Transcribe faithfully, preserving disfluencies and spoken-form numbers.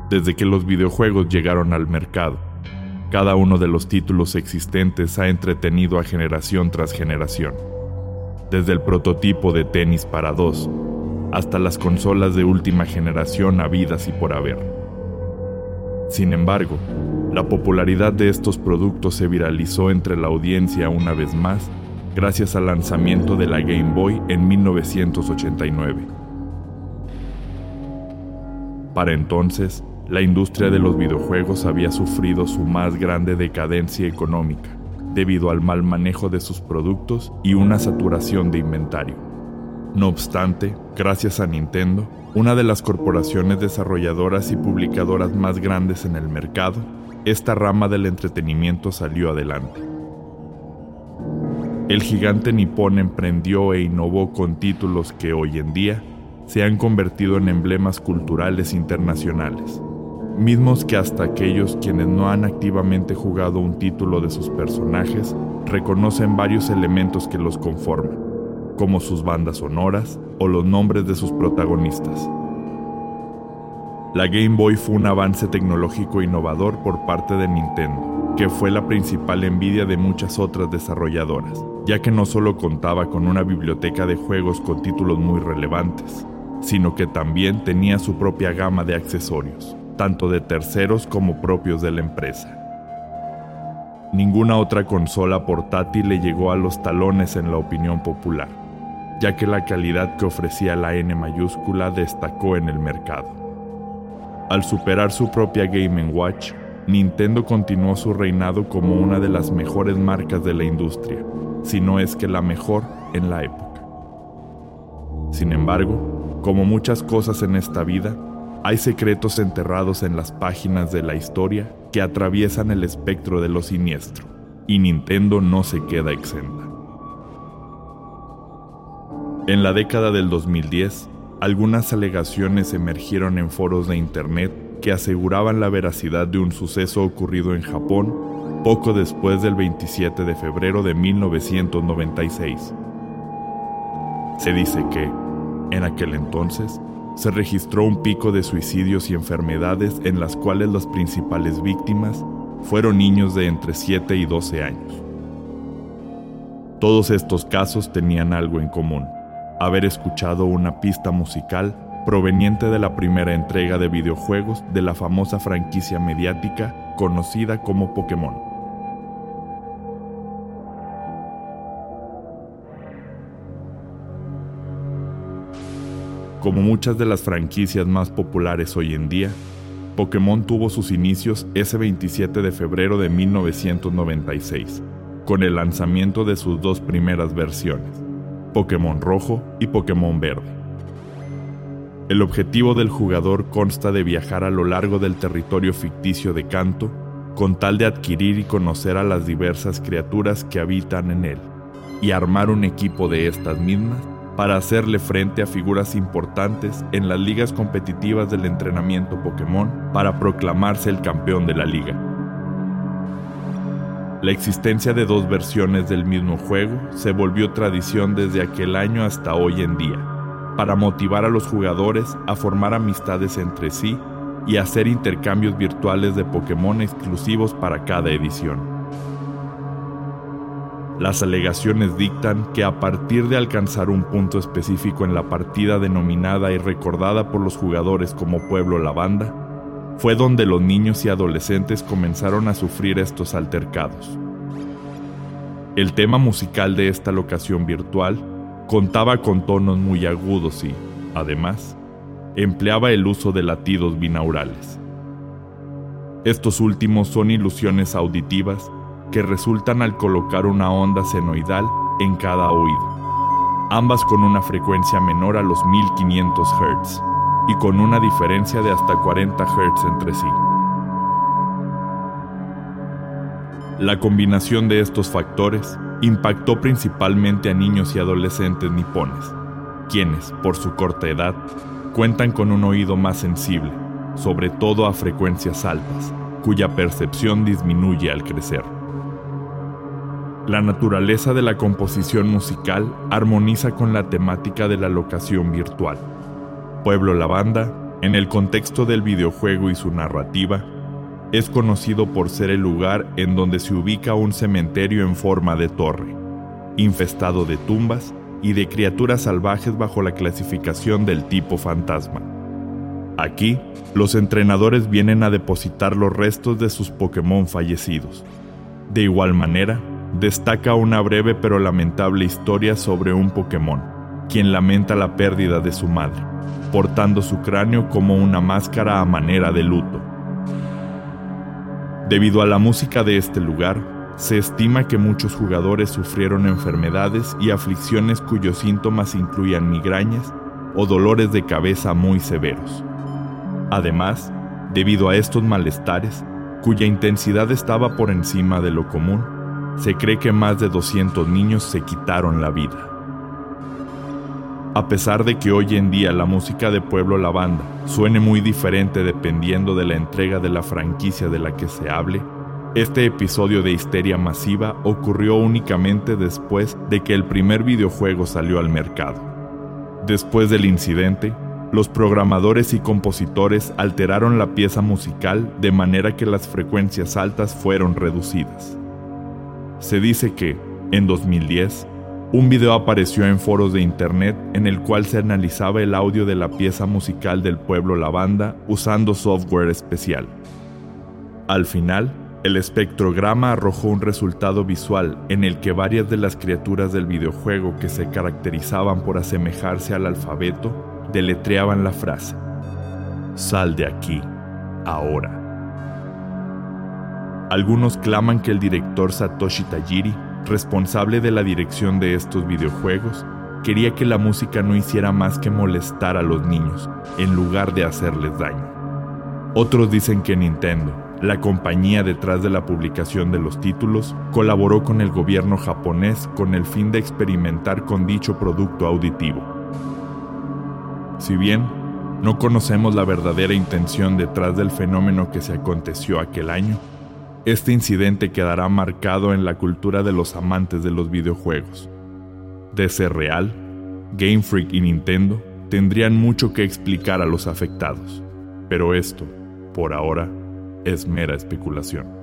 Desde que los videojuegos llegaron al mercado, cada uno de los títulos existentes ha entretenido a generación tras generación. Desde el prototipo de tenis para dos, hasta las consolas de última generación habidas y por haber. Sin embargo, la popularidad de estos productos se viralizó entre la audiencia una vez más gracias al lanzamiento de la Game Boy en mil novecientos ochenta y nueve. Para entonces, la industria de los videojuegos había sufrido su más grande decadencia económica debido al mal manejo de sus productos y una saturación de inventario. No obstante, gracias a Nintendo, una de las corporaciones desarrolladoras y publicadoras más grandes en el mercado, esta rama del entretenimiento salió adelante. El gigante nipón emprendió e innovó con títulos que hoy en día se han convertido en emblemas culturales internacionales, mismos que hasta aquellos quienes no han activamente jugado un título de sus personajes reconocen varios elementos que los conforman, como sus bandas sonoras o los nombres de sus protagonistas. La Game Boy fue un avance tecnológico innovador por parte de Nintendo, que fue la principal envidia de muchas otras desarrolladoras, ya que no solo contaba con una biblioteca de juegos con títulos muy relevantes, sino que también tenía su propia gama de accesorios, tanto de terceros como propios de la empresa. Ninguna otra consola portátil le llegó a los talones en la opinión popular, ya que la calidad que ofrecía la N mayúscula destacó en el mercado. Al superar su propia Game and Watch, Nintendo continuó su reinado como una de las mejores marcas de la industria, si no es que la mejor en la época. Sin embargo, como muchas cosas en esta vida, hay secretos enterrados en las páginas de la historia que atraviesan el espectro de lo siniestro, y Nintendo no se queda exenta. En la década del dos mil diez, algunas alegaciones emergieron en foros de internet que aseguraban la veracidad de un suceso ocurrido en Japón poco después del veintisiete de febrero de mil novecientos noventa y seis. Se dice que, en aquel entonces, se registró un pico de suicidios y enfermedades en las cuales las principales víctimas fueron niños de entre siete y doce años. Todos estos casos tenían algo en común: haber escuchado una pista musical proveniente de la primera entrega de videojuegos de la famosa franquicia mediática conocida como Pokémon. Como muchas de las franquicias más populares hoy en día, Pokémon tuvo sus inicios ese veintisiete de febrero de mil novecientos noventa y seis, con el lanzamiento de sus dos primeras versiones, Pokémon Rojo y Pokémon Verde. El objetivo del jugador consta de viajar a lo largo del territorio ficticio de Kanto con tal de adquirir y conocer a las diversas criaturas que habitan en él, y armar un equipo de estas mismas para hacerle frente a figuras importantes en las ligas competitivas del entrenamiento Pokémon para proclamarse el campeón de la liga. La existencia de dos versiones del mismo juego se volvió tradición desde aquel año hasta hoy en día, para motivar a los jugadores a formar amistades entre sí y hacer intercambios virtuales de Pokémon exclusivos para cada edición. Las alegaciones dictan que a partir de alcanzar un punto específico en la partida denominada y recordada por los jugadores como Pueblo Lavanda, fue donde los niños y adolescentes comenzaron a sufrir estos altercados. El tema musical de esta locación virtual contaba con tonos muy agudos y, además, empleaba el uso de latidos binaurales. Estos últimos son ilusiones auditivas que resultan al colocar una onda senoidal en cada oído, ambas con una frecuencia menor a los mil quinientos hertz y con una diferencia de hasta cuarenta hertz entre sí. La combinación de estos factores impactó principalmente a niños y adolescentes nipones, quienes, por su corta edad, cuentan con un oído más sensible, sobre todo a frecuencias altas, cuya percepción disminuye al crecer. La naturaleza de la composición musical armoniza con la temática de la locación virtual. Pueblo Lavanda en el contexto del videojuego y su narrativa, es conocido por ser el lugar en donde se ubica un cementerio en forma de torre, infestado de tumbas y de criaturas salvajes bajo la clasificación del tipo fantasma. Aquí, los entrenadores vienen a depositar los restos de sus Pokémon fallecidos. De igual manera, destaca una breve pero lamentable historia sobre un Pokémon, quien lamenta la pérdida de su madre, portando su cráneo como una máscara a manera de luto. Debido a la música de este lugar, se estima que muchos jugadores sufrieron enfermedades y aflicciones cuyos síntomas incluían migrañas o dolores de cabeza muy severos. Además, debido a estos malestares, cuya intensidad estaba por encima de lo común, se cree que más de doscientos niños se quitaron la vida. A pesar de que hoy en día la música de Pueblo Lavanda suene muy diferente dependiendo de la entrega de la franquicia de la que se hable, este episodio de histeria masiva ocurrió únicamente después de que el primer videojuego salió al mercado. Después del incidente, los programadores y compositores alteraron la pieza musical de manera que las frecuencias altas fueron reducidas. Se dice que, en dos mil diez, un video apareció en foros de internet en el cual se analizaba el audio de la pieza musical del Pueblo Lavanda usando software especial. Al final, el espectrograma arrojó un resultado visual en el que varias de las criaturas del videojuego que se caracterizaban por asemejarse al alfabeto deletreaban la frase: "Sal de aquí, ahora". Algunos claman que el director Satoshi Tajiri, responsable de la dirección de estos videojuegos, quería que la música no hiciera más que molestar a los niños, en lugar de hacerles daño. Otros dicen que Nintendo, la compañía detrás de la publicación de los títulos, colaboró con el gobierno japonés con el fin de experimentar con dicho producto auditivo. Si bien no conocemos la verdadera intención detrás del fenómeno que se aconteció aquel año, este incidente quedará marcado en la cultura de los amantes de los videojuegos. De ser real, Game Freak y Nintendo tendrían mucho que explicar a los afectados, pero esto, por ahora, es mera especulación.